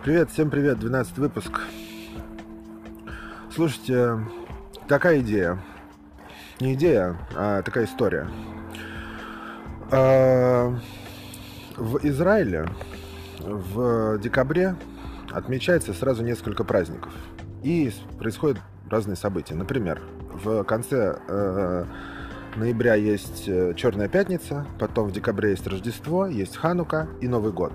Привет, всем привет, 12 выпуск. Слушайте, такая идея. Не идея, а такая история. В Израиле в декабре отмечается сразу несколько праздников. И происходят разные события. Например, в конце ноября есть Черная пятница, потом в декабре есть Рождество, есть Ханука и Новый год.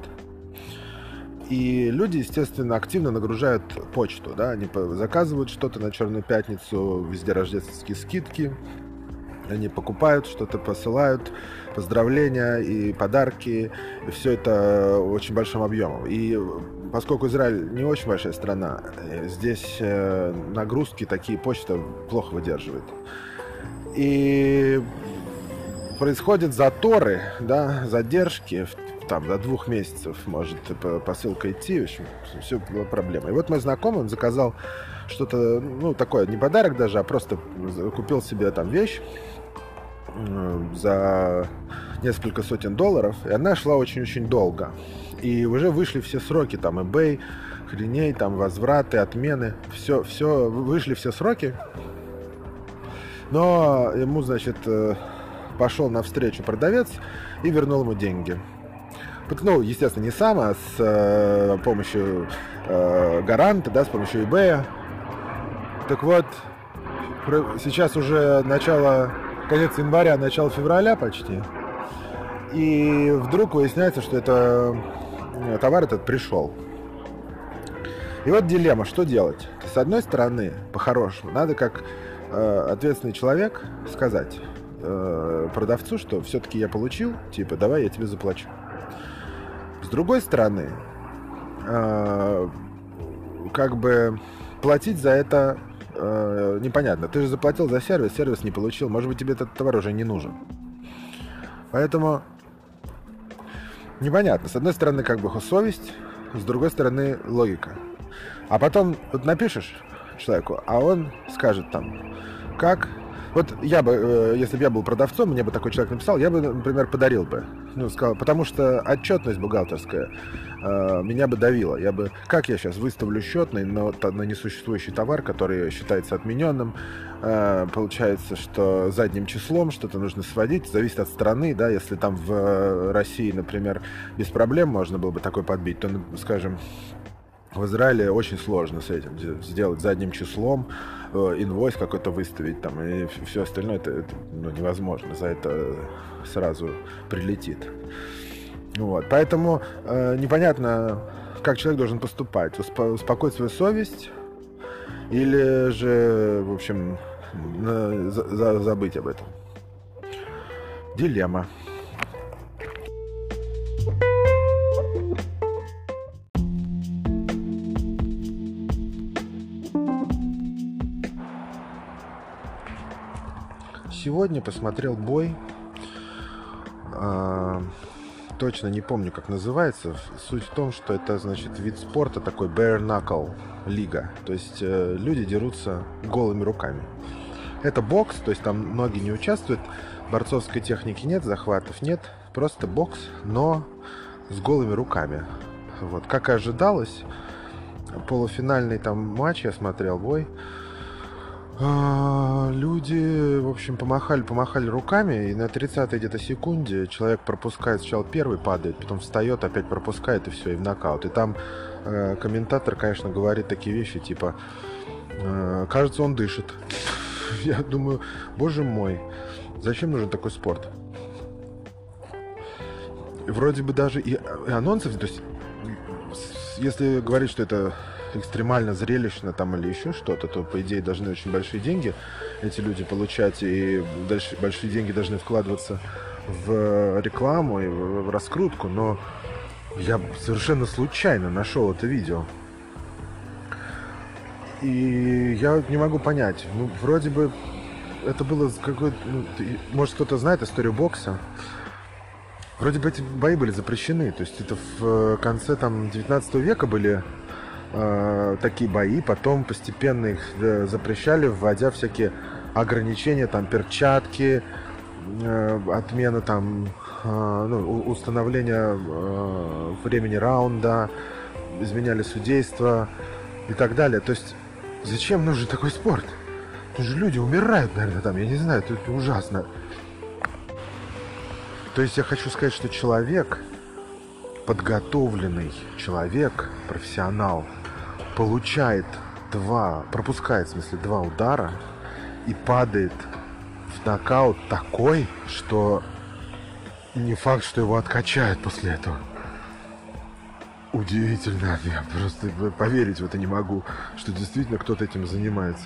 И люди, естественно, активно нагружают почту, да, они заказывают что-то на Черную пятницу, везде рождественские скидки, они покупают что-то, посылают, поздравления и подарки, и все это очень большим объемом. И поскольку Израиль не очень большая страна, здесь нагрузки такие почта плохо выдерживает. И происходят заторы, да, задержки, там до 2 месяцев может посылка идти, в общем, все было проблема. И вот мой знакомый, он заказал что-то, ну, такое, не подарок даже, а просто купил себе там вещь за несколько сотен долларов, и она шла очень-очень долго. И уже вышли все сроки, там, eBay, хреней, там, возвраты, отмены, все, вышли все сроки. Но ему, значит, пошел навстречу продавец и вернул ему деньги. Ну, естественно, не сам, а с помощью гаранта, да, с помощью eBay. Так вот, сейчас уже конец января, начало февраля почти. И вдруг выясняется, что товар этот пришел. И вот дилемма, что делать? С одной стороны, по-хорошему, надо как ответственный человек сказать продавцу, что все-таки я получил, типа, давай я тебе заплачу. С другой стороны, как бы платить за это непонятно. Ты же заплатил за сервис не получил. Может быть, тебе этот товар уже не нужен. Поэтому непонятно. С одной стороны, как бы совесть, с другой стороны, логика. А потом вот напишешь человеку, а он скажет там, как... Вот я бы, если бы я был продавцом, мне бы такой человек написал, я бы, например, подарил бы. Ну, сказал, потому что отчетность бухгалтерская меня бы давила. Как я сейчас выставлю счет на несуществующий товар, который считается отмененным, получается, что задним числом что-то нужно сводить, зависит от страны, да, если там в России, например, без проблем можно было бы такой подбить, то, скажем, в Израиле очень сложно с этим сделать задним числом, инвойс какой-то выставить там, и все остальное это невозможно, за это сразу прилетит. Вот. Поэтому непонятно, как человек должен поступать, успокоить свою совесть или же, в общем, забыть об этом. Дилемма. Сегодня посмотрел бой. Точно не помню, как называется. Суть в том, что это, значит, вид спорта такой bare knuckle лига. То есть люди дерутся голыми руками. Это бокс, то есть там ноги не участвуют, борцовской техники нет, захватов нет. Просто бокс, но с голыми руками. Вот. Как и ожидалось, полуфинальный там матч, я смотрел бой. Люди, в общем, помахали руками, и на 30-й где-то секунде человек пропускает, сначала первый падает, потом встает, опять пропускает, и все, и в нокаут. И там комментатор, конечно, говорит такие вещи, типа, кажется, он дышит. Я думаю, боже мой, зачем нужен такой спорт? Вроде бы даже и анонсов, то есть, если говорить, что это экстремально зрелищно там или еще что-то, то, по идее, должны очень большие деньги эти люди получать, и дальше большие деньги должны вкладываться в рекламу и в раскрутку, но я совершенно случайно нашел это видео. И я не могу понять, ну, вроде бы это было какой-то, может, кто-то знает историю бокса. Вроде бы эти бои были запрещены, то есть это в конце там 19 века были такие бои, потом постепенно их запрещали, вводя всякие ограничения, там перчатки, отмена там установления времени раунда, изменяли судейство и так далее. То есть зачем нужен такой спорт? Тут же люди умирают, наверное, там, я не знаю, это ужасно. То есть я хочу сказать, что человек, подготовленный человек, профессионал, пропускает, в смысле, 2 удара и падает в нокаут такой, что не факт, что его откачают после этого. Удивительно. Я просто поверить в это не могу, что действительно кто-то этим занимается.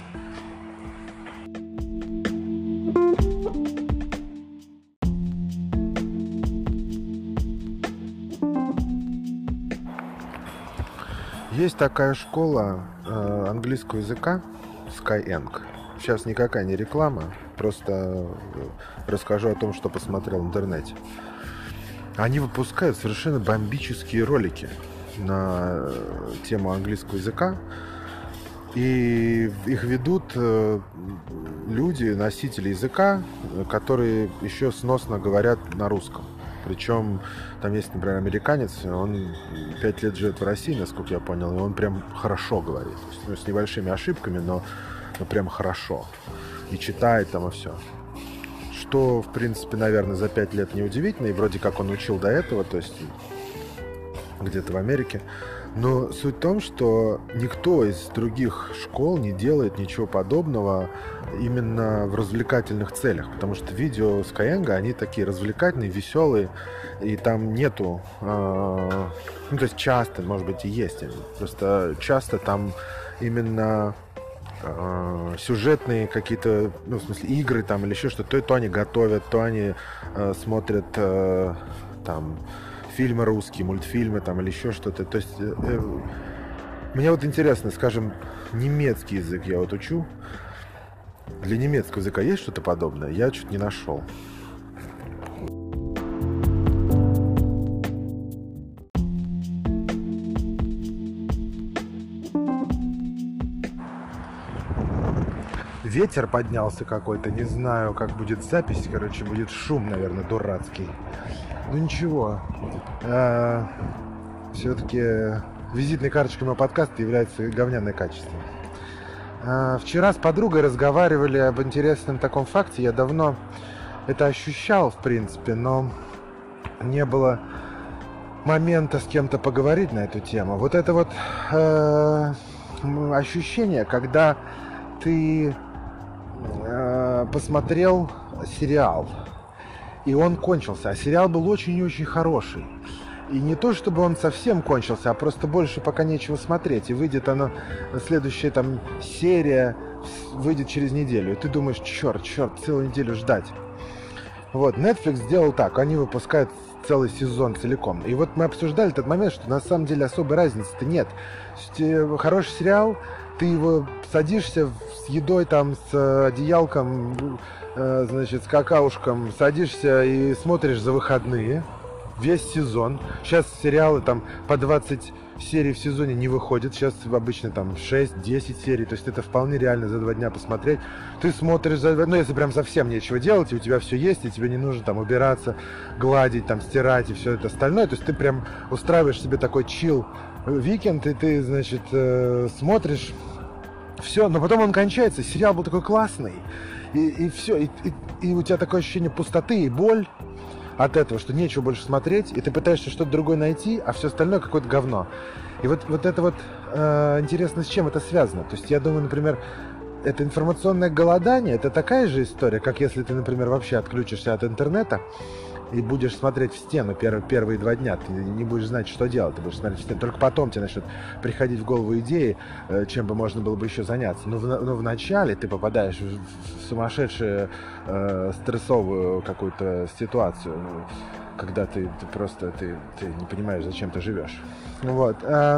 Есть такая школа английского языка Skyeng. Сейчас никакая не реклама, просто расскажу о том, что посмотрел в интернете. Они выпускают совершенно бомбические ролики на тему английского языка. И их ведут люди, носители языка, которые еще сносно говорят на русском. Причем там есть, например, американец, он 5 лет живет в России, насколько я понял, и он прям хорошо говорит. То есть, ну, с небольшими ошибками, но прям хорошо. И читает там и все. Что, в принципе, наверное, за 5 лет неудивительно, и вроде как он учил до этого, то есть где-то в Америке. Но суть в том, что никто из других школ не делает ничего подобного именно в развлекательных целях, потому что видео Skyeng, они такие развлекательные, веселые, и там нету, ну, то есть часто, может быть, и есть, просто часто там именно сюжетные какие-то, ну, в смысле, игры там или еще что-то, то они готовят, то они смотрят там фильмы русские, мультфильмы там или еще что-то. То есть мне вот интересно, скажем, немецкий язык я вот учу. Для немецкого языка есть что-то подобное? Я что-то не нашел. Ветер поднялся какой-то, не знаю, как будет запись, короче, будет шум, наверное, дурацкий. Ну ничего, все-таки визитной карточкой моего подкаста является говняное качество. Вчера с подругой разговаривали об интересном таком факте. Я давно это ощущал, в принципе, но не было момента с кем-то поговорить на эту тему. Вот это вот ощущение, когда ты посмотрел сериал, и он кончился. А сериал был очень и очень хороший. И не то, чтобы он совсем кончился, а просто больше пока нечего смотреть. И выйдет оно, следующая там серия выйдет через неделю. И ты думаешь, черт, целую неделю ждать. Вот, Netflix сделал так. Они выпускают целый сезон целиком. И вот мы обсуждали этот момент, что на самом деле особой разницы-то нет. Хороший сериал, ты его садишься с едой, там, с одеялком, значит, с какаушком, садишься и смотришь за выходные весь сезон. Сейчас сериалы там по 20 серий в сезоне не выходят. Сейчас обычно там 6-10 серий. То есть это вполне реально за 2 дня посмотреть. Ты смотришь, ну если прям совсем нечего делать, и у тебя все есть, и тебе не нужно там убираться, гладить, там стирать и все это остальное. То есть ты прям устраиваешь себе такой чил викенд, и ты, значит, смотришь все, но потом он кончается. Сериал был такой классный. И все, и у тебя такое ощущение пустоты и боль от этого, что нечего больше смотреть, и ты пытаешься что-то другое найти, а все остальное какое-то говно. И вот это вот интересно, с чем это связано. То есть я думаю, например, это информационное голодание, это такая же история, как если ты, например, вообще отключишься от интернета и будешь смотреть в стену первые 2 дня, ты не будешь знать, что делать, ты будешь смотреть в стену. Только потом тебе начнут приходить в голову идеи, чем бы можно было бы еще заняться. Но в начале ты попадаешь в сумасшедшую стрессовую какую-то ситуацию, когда ты просто не понимаешь, зачем ты живешь. Вот.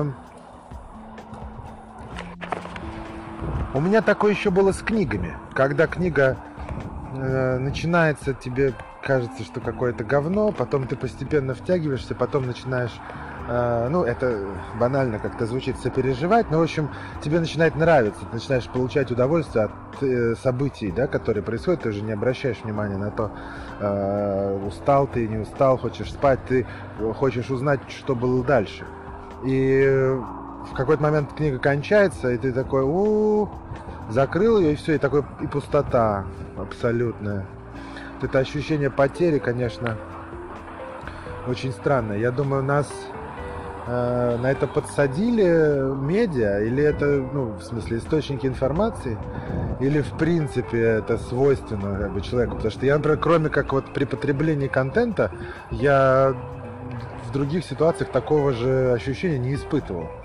У меня такое еще было с книгами. Когда книга начинается, тебе кажется, что какое-то говно, потом ты постепенно втягиваешься, потом начинаешь, ну, это банально как-то звучит, сопереживать, но, в общем, тебе начинает нравиться, ты начинаешь получать удовольствие от событий, да, которые происходят, ты уже не обращаешь внимания на то, устал ты, не устал, хочешь спать, ты хочешь узнать, что было дальше. И в какой-то момент книга кончается, и ты такой, закрыл ее, и все, и такой, и пустота абсолютная. Вот это ощущение потери, конечно, очень странное. Я думаю, нас на это подсадили медиа, или это, ну, в смысле, источники информации, или в принципе это свойственно как бы человеку. Потому что я, например, кроме как вот при потреблении контента, я в других ситуациях такого же ощущения не испытывал.